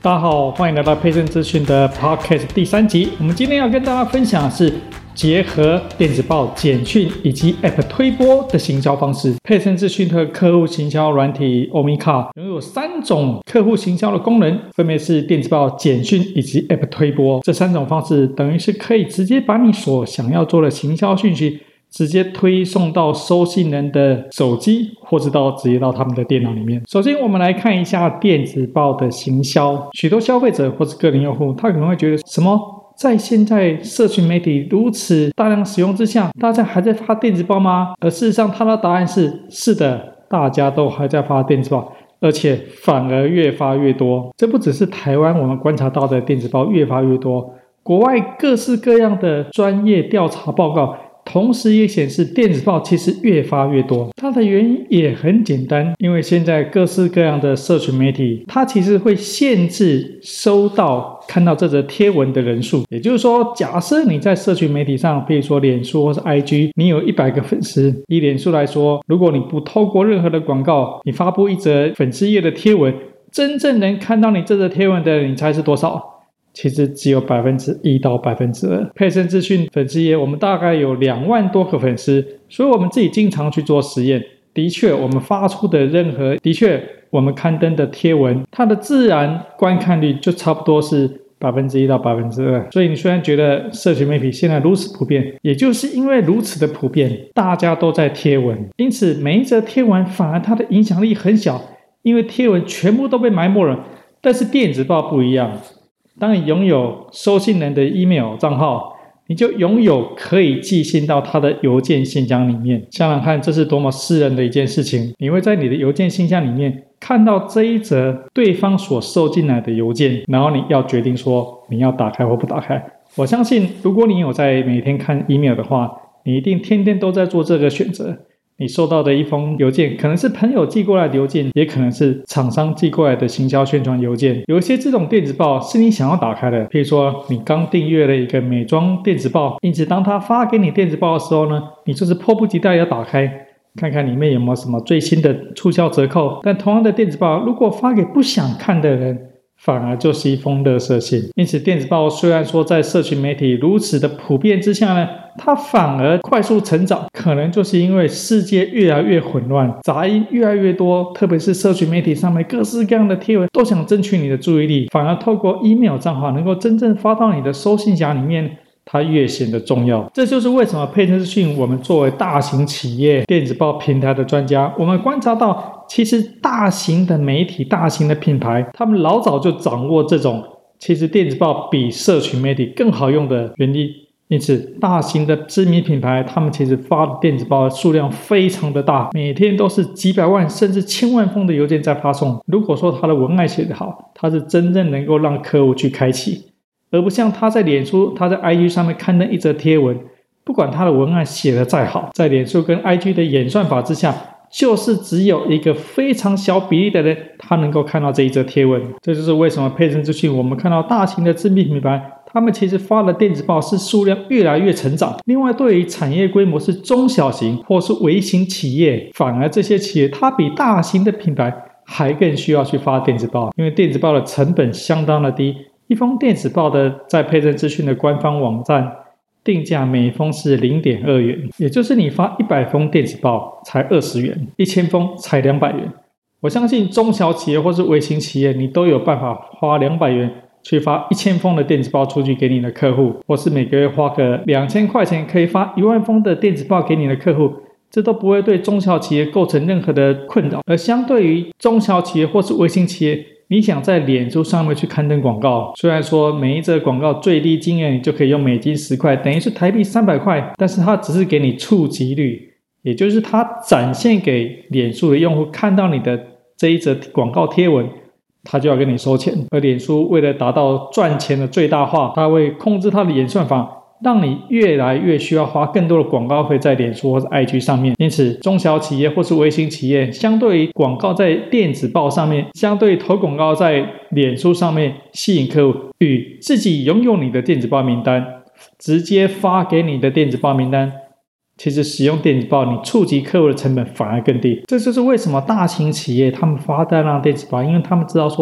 大家好，欢迎来到佩森资讯的 Podcast 第3集。我们今天要跟大家分享的是结合电子报、简讯以及 App 推播的行销方式。佩森资讯的客户行销软体 Omeka 拥有3种客户行销的功能，分别是电子报、简讯以及 App 推播。这3种方式等于是可以直接把你所想要做的行销讯息直接推送到收信人的手机，或是直接到他们的电脑里面。首先我们来看一下电子报的行销。许多消费者或是个人用户，他可能会觉得什么，在现在社群媒体如此大量使用之下，大家还在发电子报吗？而事实上他的答案是的，大家都还在发电子报，而且反而越发越多。这不只是台湾我们观察到的电子报越发越多，国外各式各样的专业调查报告同时也显示电子报其实越发越多。它的原因也很简单，因为现在各式各样的社群媒体，它其实会限制看到这则贴文的人数。也就是说，假设你在社群媒体上，比如说脸书或是 IG， 你有100个粉丝，以脸书来说，如果你不透过任何的广告，你发布一则粉丝页的贴文，真正能看到你这则贴文的人，你猜是多少？其实只有 1% 到 2%。 佩森资讯粉丝页我们大概有2万多个粉丝，所以我们自己经常去做实验。的确我们发出的我们刊登的贴文，它的自然观看率就差不多是 1% 到 2%。 所以你虽然觉得社群媒体现在如此普遍，也就是因为如此的普遍，大家都在贴文，因此每一则贴文反而它的影响力很小，因为贴文全部都被埋没了。但是电子报不一样，当你拥有收信人的 email 账号，你就拥有可以寄信到他的邮件信箱里面。想想看，这是多么私人的一件事情。你会在你的邮件信箱里面看到这一则对方所收进来的邮件，然后你要决定说你要打开或不打开。我相信如果你有在每天看 email 的话，你一定天天都在做这个选择。你收到的一封邮件可能是朋友寄过来的邮件，也可能是厂商寄过来的行销宣传邮件。有一些这种电子报是你想要打开的，譬如说你刚订阅了一个美妆电子报，因此当他发给你电子报的时候呢，你就是迫不及待要打开看看里面有没有什么最新的促销折扣。但同样的电子报如果发给不想看的人，反而就是一封垃圾信。因此电子报虽然说在社群媒体如此的普遍之下呢，它反而快速成长，可能就是因为世界越来越混乱，杂音越来越多，特别是社群媒体上面各式各样的贴文都想争取你的注意力，反而透过 email 账号能够真正发到你的收信箱里面，它越显得重要。这就是为什么佩森资讯我们作为大型企业电子报平台的专家，我们观察到其实大型的媒体、大型的品牌，他们老早就掌握这种其实电子报比社群媒体更好用的原理。因此大型的知名品牌，他们其实发的电子报的数量非常的大，每天都是几百万甚至千万封的邮件在发送。如果说他的文案写得好，他是真正能够让客户去开启，而不像他在脸书、他在 IG 上面刊登一则贴文，不管他的文案写得再好，在脸书跟 IG 的演算法之下，就是只有一个非常小比例的人他能够看到这一则贴文。这就是为什么佩森资讯我们看到大型的知名品牌，他们其实发的电子报是数量越来越成长。另外对于产业规模是中小型或是微型企业，反而这些企业它比大型的品牌还更需要去发电子报，因为电子报的成本相当的低。一封电子报在佩森资讯的官方网站定价每封是 0.2 元，也就是你发100封电子报才20元，1000封才200元。我相信中小企业或是微型企业，你都有办法花200元去发1000封的电子报出去给你的客户，或是每个月花个2000块钱可以发1万封的电子报给你的客户，这都不会对中小企业构成任何的困扰。而相对于中小企业或是微型企业，你想在脸书上面去刊登广告，虽然说每一则广告最低金额你就可以用美金10块，等于是台币300块，但是它只是给你触及率，也就是它展现给脸书的用户看到你的这一则广告贴文，他就要跟你收钱。而脸书为了达到赚钱的最大化，他会控制他的演算法，让你越来越需要花更多的广告费在脸书或是 IG 上面。因此中小企业或是微型企业，相对于广告在电子报上面，相对于投广告在脸书上面吸引客户，与自己拥有你的电子报名单，直接发给你的电子报名单，其实使用电子报你触及客户的成本反而更低。这就是为什么大型企业他们发大量电子报，因为他们知道说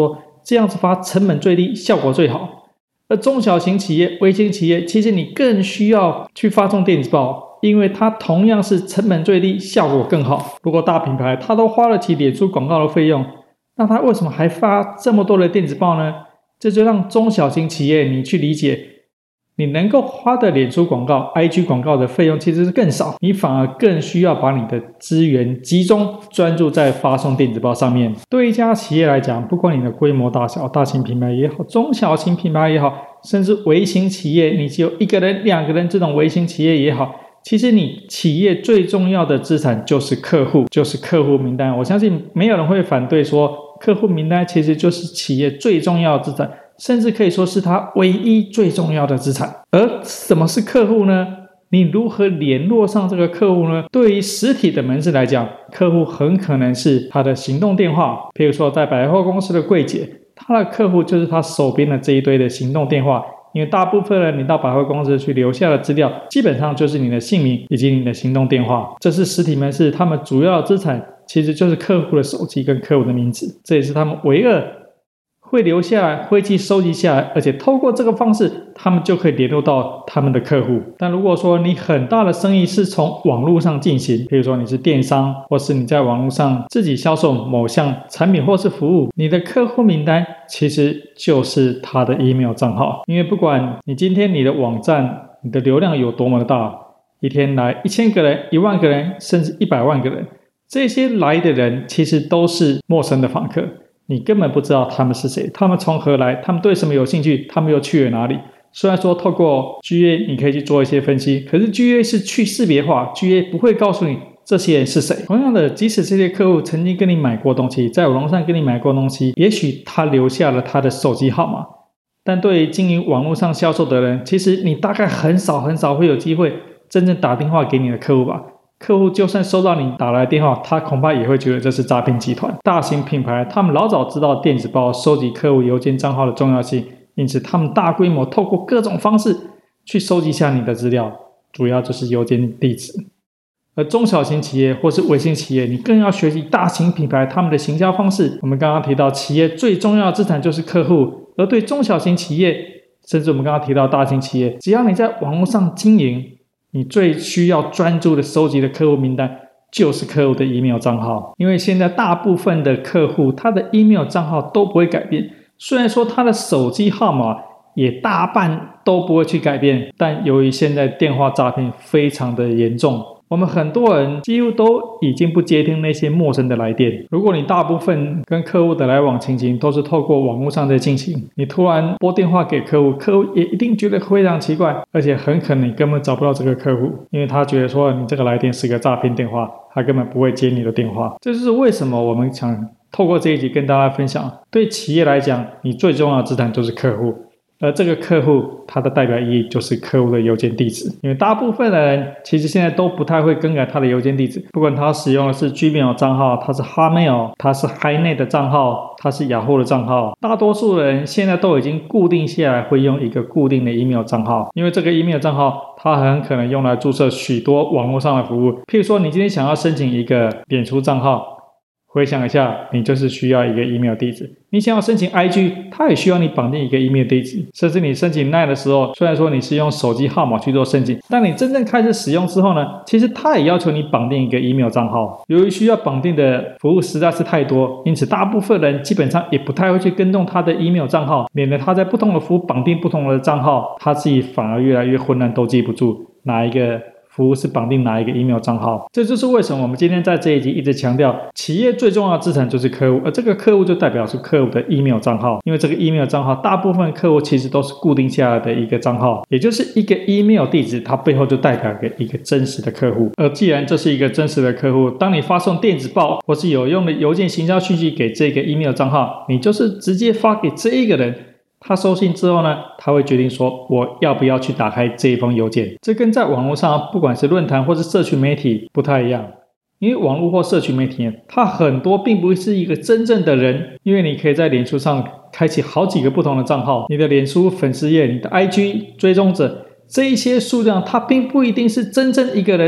这样子发成本最低，效果最好。而中小型企业、微型企业，其实你更需要去发送电子报，因为它同样是成本最低，效果更好。如果大品牌它都花得起脸书广告的费用，那它为什么还发这么多的电子报呢？这就让中小型企业你去理解，你能够花的脸书广告、IG 广告的费用其实是更少，你反而更需要把你的资源集中专注在发送电子报上面。对一家企业来讲，不管你的规模大小，大型品牌也好，中小型品牌也好，甚至微型企业，你只有1个人、2个人这种微型企业也好，其实你企业最重要的资产就是客户，就是客户名单。我相信没有人会反对说，客户名单其实就是企业最重要的资产，甚至可以说是它唯一最重要的资产。而什么是客户呢？你如何联络上这个客户呢？对于实体的门市来讲，客户很可能是他的行动电话，譬如说在百货公司的柜姐，他的客户就是他手边的这一堆的行动电话。因为大部分人你到百货公司去留下的资料，基本上就是你的姓名以及你的行动电话，这是实体门市他们主要的资产，其实就是客户的手机跟客户的名字，这也是他们唯二会留下来、会去收集下来，而且透过这个方式，他们就可以联络到他们的客户。但如果说你很大的生意是从网络上进行，比如说你是电商，或是你在网络上自己销售某项产品或是服务，你的客户名单其实就是他的 email 账号。因为不管你今天你的网站、你的流量有多么的大，一天来1000个人、1万个人，甚至100万个人，这些来的人其实都是陌生的访客。你根本不知道他们是谁，他们从何来，他们对什么有兴趣，他们又去了哪里。虽然说透过 GA 你可以去做一些分析，可是 GA 是去识别化， GA 不会告诉你这些人是谁。同样的，即使这些客户曾经跟你买过东西，在网络上跟你买过东西，也许他留下了他的手机号码，但对于经营网络上销售的人，其实你大概很少会有机会真正打电话给你的客户吧。客户就算收到你打来的电话，他恐怕也会觉得这是诈骗集团。大型品牌他们老早知道电子报收集客户邮件账号的重要性，因此他们大规模透过各种方式去收集下你的资料，主要就是邮件地址。而中小型企业或是微型企业，你更要学习大型品牌他们的行销方式。我们刚刚提到企业最重要的资产就是客户，而对中小型企业，甚至我们刚刚提到大型企业，只要你在网络上经营，你最需要专注的收集的客户名单就是客户的 email 账号。因为现在大部分的客户他的 email 账号都不会改变，虽然说他的手机号码也大半都不会去改变，但由于现在电话诈骗非常的严重，我们很多人几乎都已经不接听那些陌生的来电。如果你大部分跟客户的来往情形都是透过网络上在进行，你突然拨电话给客户，客户也一定觉得非常奇怪，而且很可能你根本找不到这个客户，因为他觉得说你这个来电是个诈骗电话，他根本不会接你的电话。这就是为什么我们想透过这一集跟大家分享，对企业来讲，你最重要的资产就是客户，而这个客户它的代表意义就是客户的邮件地址。因为大部分的人其实现在都不太会更改他的邮件地址，不管他使用的是 Gmail 账号，他是 Hotmail， 他是 HiNet 的账号，他是雅虎的账号，大多数人现在都已经固定下来会用一个固定的 email 账号。因为这个 email 账号它很可能用来注册许多网络上的服务，譬如说你今天想要申请一个脸书账号，回想一下，你就是需要一个 email 地址。你想要申请 IG， 它也需要你绑定一个 email 地址。甚至你申请 LINE 的时候，虽然说你是用手机号码去做申请，但你真正开始使用之后呢，其实它也要求你绑定一个 email 账号。由于需要绑定的服务实在是太多，因此大部分人基本上也不太会去跟动他的 email 账号，免得他在不同的服务绑定不同的账号，他自己反而越来越混乱，都记不住哪一个服务是绑定哪一个 email 账号。这就是为什么我们今天在这一集一直强调，企业最重要的资产就是客户，而这个客户就代表是客户的 email 账号。因为这个 email 账号大部分客户其实都是固定下来的一个账号，也就是一个 email 地址，它背后就代表一个真实的客户。而既然这是一个真实的客户，当你发送电子报或是有用的邮件行销讯息给这个 email 账号，你就是直接发给这一个人，他收信之后呢，他会决定说我要不要去打开这一封邮件。这跟在网络上不管是论坛或是社群媒体不太一样，因为网络或社群媒体它很多并不是一个真正的人，因为你可以在脸书上开启好几个不同的账号，你的脸书粉丝页、你的 IG 追踪者，这一些数量它并不一定是真正一个人，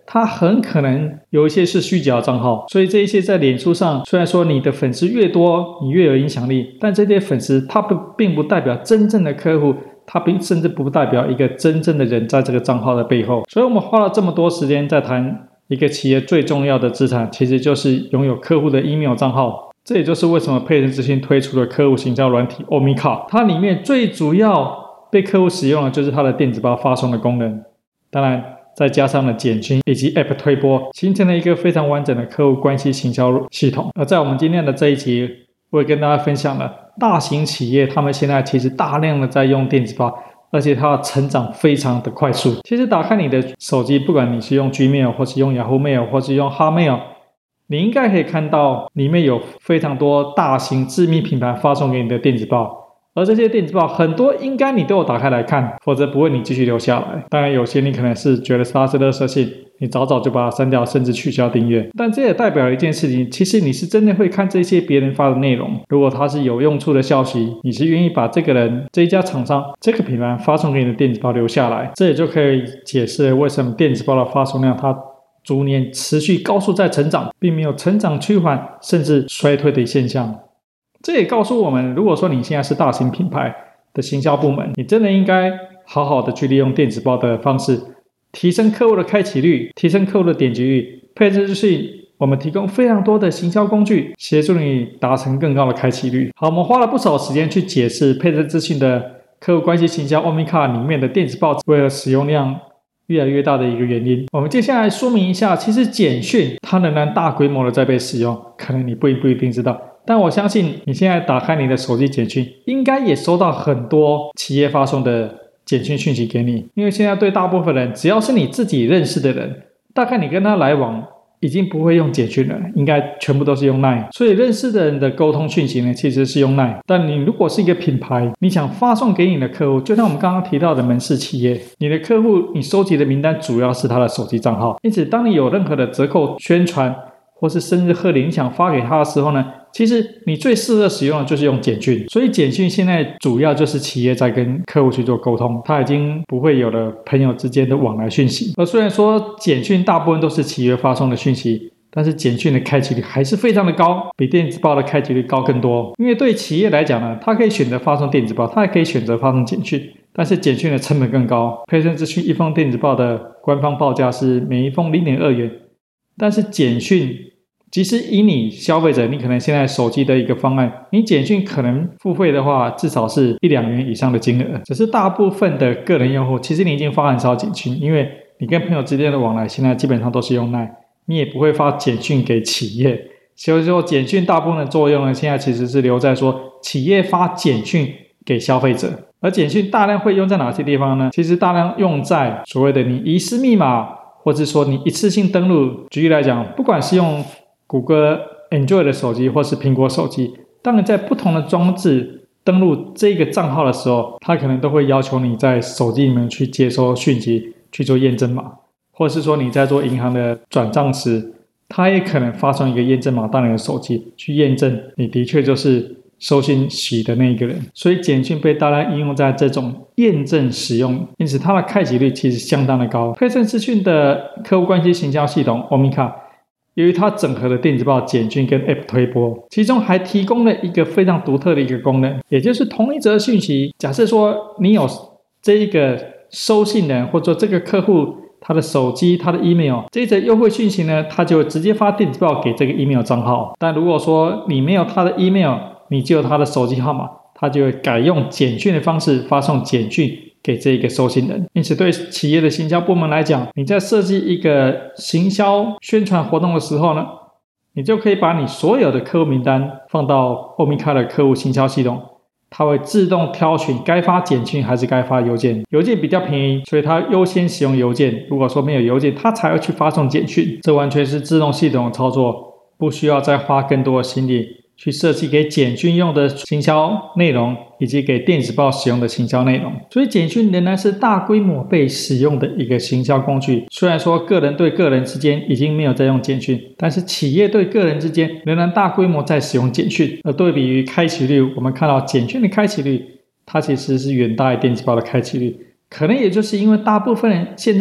它很可能有一些是虚假的账号，所以这一些在脸书上，虽然说你的粉丝越多，你越有影响力，但这些粉丝它并不代表真正的客户，它甚至不代表一个真正的人在这个账号的背后。所以我们花了这么多时间在谈一个企业最重要的资产，其实就是拥有客户的 email 账号。这也就是为什么佩森资讯推出了客户行销软体 Omika， 它里面最主要被客户使用的就是它的电子报发送的功能，当然再加上了简讯以及 App 推播，形成了一个非常完整的客户关系行销系统。而在我们今天的这一集，我也跟大家分享了大型企业他们现在其实大量的在用电子报，而且它的成长非常的快速。其实打开你的手机，不管你是用 Gmail 或是用 Yahoo Mail 或是用 Hotmail， 你应该可以看到里面有非常多大型知名品牌发送给你的电子报，而这些电子报很多应该你都有打开来看，否则不会你继续留下来。当然有些你可能是觉得它是垃圾信，你早早就把它删掉，甚至取消订阅。但这也代表了一件事情，其实你是真的会看这些别人发的内容，如果它是有用处的消息，你是愿意把这个人、这一家厂商、这个品牌发送给你的电子报留下来。这也就可以解释为什么电子报的发送量它逐年持续高速在成长，并没有成长趋缓甚至衰退的现象。这也告诉我们，如果说你现在是大型品牌的行销部门，你真的应该好好的去利用电子报的方式，提升客户的开启率，提升客户的点击率。佩森资讯我们提供非常多的行销工具，协助你达成更高的开启率。好，我们花了不少时间去解释佩森资讯的客户关系行销 Omika 里面的电子报为了使用量越来越大的一个原因。我们接下来说明一下，其实简讯它仍然大规模的在被使用，可能你不一定知道，但我相信你现在打开你的手机简讯，应该也收到很多企业发送的简讯讯息给你。因为现在对大部分人，只要是你自己认识的人，大概你跟他来往已经不会用简讯了，应该全部都是用 LINE。 所以认识的人的沟通讯息呢，其实是用 LINE。 但你如果是一个品牌，你想发送给你的客户，就像我们刚刚提到的门市企业，你的客户你收集的名单主要是他的手机账号，因此当你有任何的折扣宣传或是生日贺礼你想发给他的时候呢，其实你最适合使用的就是用简讯。所以简讯现在主要就是企业在跟客户去做沟通，它已经不会有了朋友之间的往来讯息。而虽然说简讯大部分都是企业发送的讯息，但是简讯的开启率还是非常的高，比电子报的开启率高更多。因为对企业来讲呢，它可以选择发送电子报，它也可以选择发送简讯，但是简讯的成本更高。佩森资讯一封电子报的官方报价是每一封 0.2 元，但是简讯即使以你消费者，你可能现在手机的一个方案，你简讯可能付费的话至少是1-2元以上的金额。只是大部分的个人用户，其实你已经发很少简讯，因为你跟朋友之间的往来现在基本上都是用 LINE， 你也不会发简讯给企业。所以说简讯大部分的作用呢，现在其实是留在说企业发简讯给消费者。而简讯大量会用在哪些地方呢？其实大量用在所谓的你遗失密码，或者说你一次性登录。举例来讲，不管是用谷歌 Android 的手机或是苹果手机，当你在不同的装置登录这个账号的时候，它可能都会要求你在手机里面去接收讯息，去做验证码，或是说你在做银行的转账时，它也可能发送一个验证码到你的手机，去验证你的确就是收信息的那一个人。所以简讯被大量应用在这种验证使用，因此它的开启率其实相当的高。佩森资讯的客户关系行销系统 Omika，由于它整合了电子报、简讯跟 App 推播，其中还提供了一个非常独特的一个功能，也就是同一则讯息，假设说你有这一个收信人，或者说这个客户他的手机、他的 email， 这一则优惠讯息呢，他就直接发电子报给这个 email 账号。但如果说你没有他的 email， 你只有他的手机号码，他就会改用简讯的方式发送简讯给这个收信人。因此对企业的行销部门来讲，你在设计一个行销宣传活动的时候呢，你就可以把你所有的客户名单放到 Omika 的客户行销系统，它会自动挑选该发简讯还是该发邮件。邮件比较便宜，所以它优先使用邮件，如果说没有邮件，它才会去发送简讯。这完全是自动系统的操作，不需要再花更多的心力去设计给简讯用的行销内容，以及给电子报使用的行销内容。所以简讯仍然是大规模被使用的一个行销工具。虽然说个人对个人之间已经没有在用简讯，但是企业对个人之间仍然大规模在使用简讯。而对比于开启率，我们看到简讯的开启率，它其实是远大于电子报的开启率。可能也就是因为大部分人现在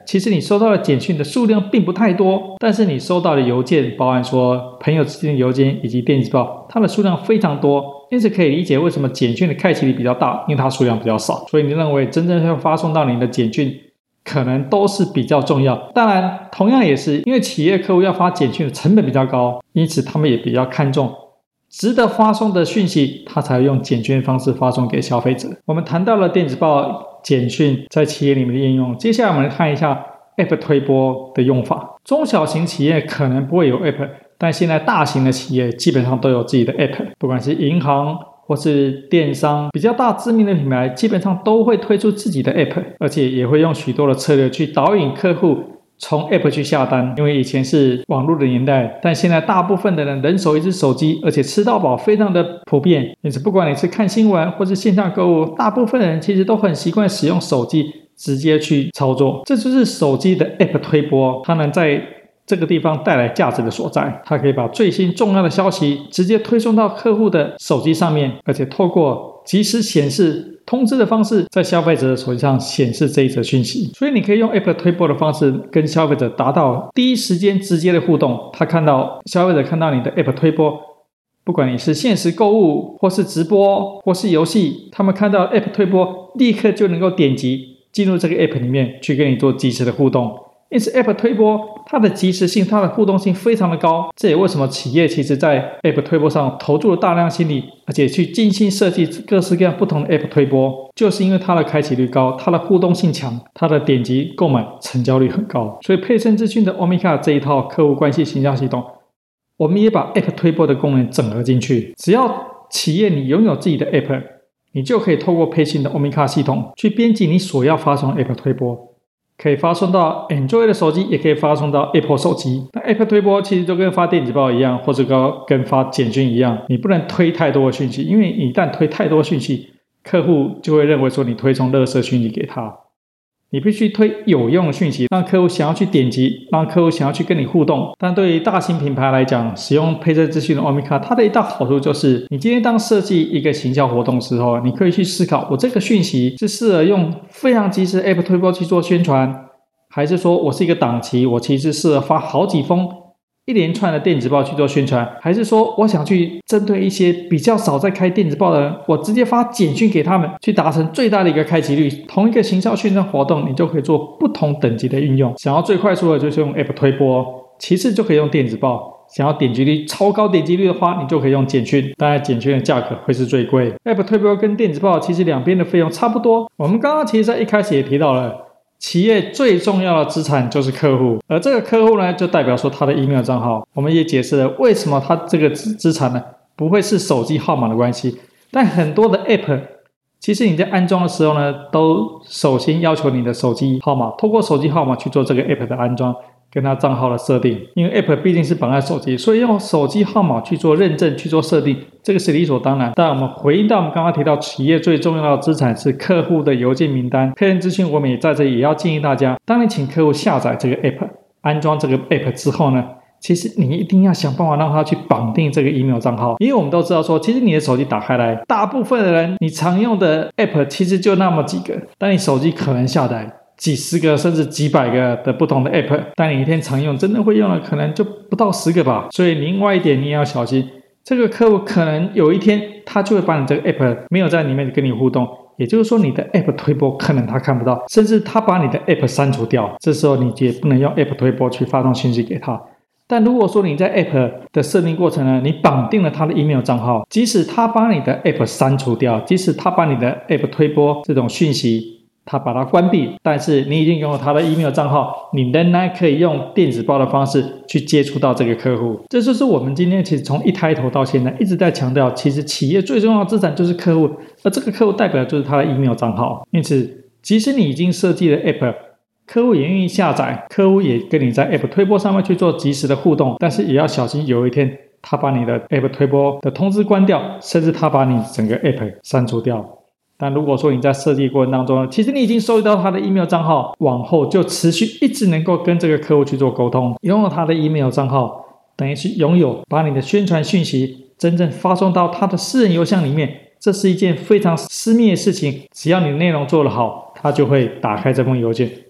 其实你收到的简讯的数量并不太多，但是你收到的邮件，包含说朋友之间的邮件以及电子报，它的数量非常多，因此可以理解为什么简讯的开启率比较大，因为它数量比较少。所以你认为真正会发送到你的简讯可能都是比较重要。当然同样也是因为企业客户要发简讯的成本比较高，因此他们也比较看重值得发送的讯息，他才会用简讯的方式发送给消费者。我们谈到了电子报、简讯在企业里面的应用，接下来我们来看一下 App 推播的用法。中小型企业可能不会有 App， 但现在大型的企业基本上都有自己的 App， 不管是银行或是电商，比较大知名的品牌基本上都会推出自己的 App， 而且也会用许多的策略去导引客户从 App 去下单。因为以前是网络的年代，但现在大部分的人手一只手机，而且吃到饱非常的普遍，因此不管你是看新闻或是线上购物，大部分人其实都很习惯使用手机直接去操作。这就是手机的 App 推播，它能在这个地方带来价值的所在。它可以把最新重要的消息直接推送到客户的手机上面，而且透过即时显示通知的方式在消费者的手机上显示这一则讯息。所以你可以用 App 推播的方式跟消费者达到第一时间直接的互动。消费者看到你的 App 推播，不管你是限时购物或是直播或是游戏，他们看到 App 推播立刻就能够点击进入这个 App 里面去跟你做即时的互动。因此 App 推播它的即时性、它的互动性非常的高，这也为什么企业其实在 App 推播上投注了大量心力，而且去精心设计各式各样不同的 App 推播，就是因为它的开启率高，它的互动性强，它的点击购买成交率很高。所以佩森资讯的 Omeka 这一套客户关系行销系统，我们也把 App 推播的功能整合进去。只要企业你拥有自己的 App， 你就可以透过佩森的 Omeka 系统去编辑你所要发送的 App 推播，可以发送到 Android 的手机，也可以发送到 Apple 手机。那 App 推播其实就跟发电子报一样，或者跟发简讯一样，你不能推太多的讯息，因为你一旦推太多讯息，客户就会认为说你推送垃圾讯息给他。你必须推有用的讯息，让客户想要去点击，让客户想要去跟你互动。但对于大型品牌来讲，使用佩森资讯的 Omeka， 它的一大好处就是，你今天当设计一个行销活动的时候，你可以去思考，我这个讯息是适合用非常及时的 App 推播去做宣传，还是说我是一个档期，我其实适合发好几封一连串的电子报去做宣传，还是说我想去针对一些比较少在开电子报的人，我直接发简讯给他们，去达成最大的一个开启率。同一个行销宣传活动，你就可以做不同等级的运用。想要最快速的就是用 App 推播，其次就可以用电子报。想要点击率超高点击率的话，你就可以用简讯，当然简讯的价格会是最贵。 App 推播跟电子报其实两边的费用差不多。我们刚刚其实在一开始也提到了，企业最重要的资产就是客户，而这个客户呢，就代表说他的 email 账号。我们也解释了为什么他这个资产呢不会是手机号码的关系。但很多的 app 其实你在安装的时候呢，都首先要求你的手机号码，透过手机号码去做这个 app 的安装跟他账号的设定。因为 app 毕竟是绑在手机，所以用手机号码去做认证去做设定，这个是理所当然。但我们回应到我们刚刚提到企业最重要的资产是客户的邮件名单，佩森资讯我们也在这里也要建议大家，当你请客户下载这个 app 安装这个 app 之后呢，其实你一定要想办法让他去绑定这个 email 账号。因为我们都知道说，其实你的手机打开来，大部分的人你常用的 app 其实就那么几个，但你手机可能下载几十个甚至几百个的不同的 app， 但你一天常用真的会用的可能就不到10个吧。所以另外一点你也要小心，这个客户可能有一天他就会把你这个 app 没有在里面跟你互动，也就是说你的 app 推播可能他看不到，甚至他把你的 app 删除掉，这时候你也不能用 app 推播去发送信息给他。但如果说你在 app 的设定过程呢，你绑定了他的 email 账号，即使他把你的 app 删除掉，即使他把你的 app 推播这种讯息他把它关闭，但是你已经拥有他的 email 账号，你仍然可以用电子报的方式去接触到这个客户。这就是我们今天其实从一开头到现在一直在强调，其实企业最重要的资产就是客户，而这个客户代表就是他的 email 账号。因此即使你已经设计了 app， 客户也愿意下载，客户也跟你在 app 推播上面去做即时的互动，但是也要小心有一天他把你的 app 推播的通知关掉，甚至他把你整个 app 删除掉。但如果说你在设计过程当中，其实你已经收集到他的 email 账号，往后就持续一直能够跟这个客户去做沟通。拥有他的 email 账号，等于是拥有把你的宣传讯息真正发送到他的私人邮箱里面，这是一件非常私密的事情。只要你的内容做得好，他就会打开这封邮件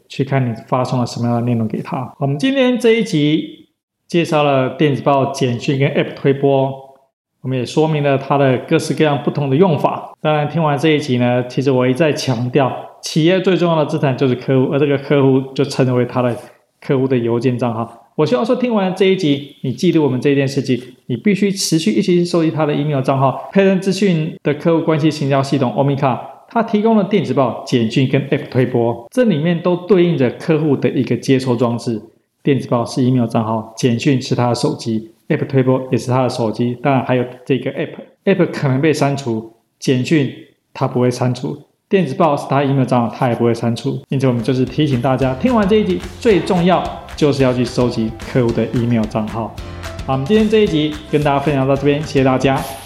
去看你发送了什么样的内容给他。我们今天这一集介绍了电子报简讯跟 App 推播，我们也说明了它的各式各样不同的用法。当然听完这一集呢，其实我一再强调，企业最重要的资产就是客户，而这个客户就称为他的客户的邮件账号。我希望说听完这一集，你记录我们这件事情，你必须持续一起收集他的 email 账号。佩森资讯的客户关系行销系统 Omeka， 它提供了电子报、简讯跟 App 推播，这里面都对应着客户的一个接收装置。电子报是 email 账号，简讯是他的手机， App 推播也是他的手机，当然还有这个 App 可能被删除，简讯它不会删除，电子报是他 email 账号，他也不会删除。因此我们就是提醒大家，听完这一集最重要就是要去收集客户的 email 账号。好，我们今天这一集跟大家分享到这边，谢谢大家。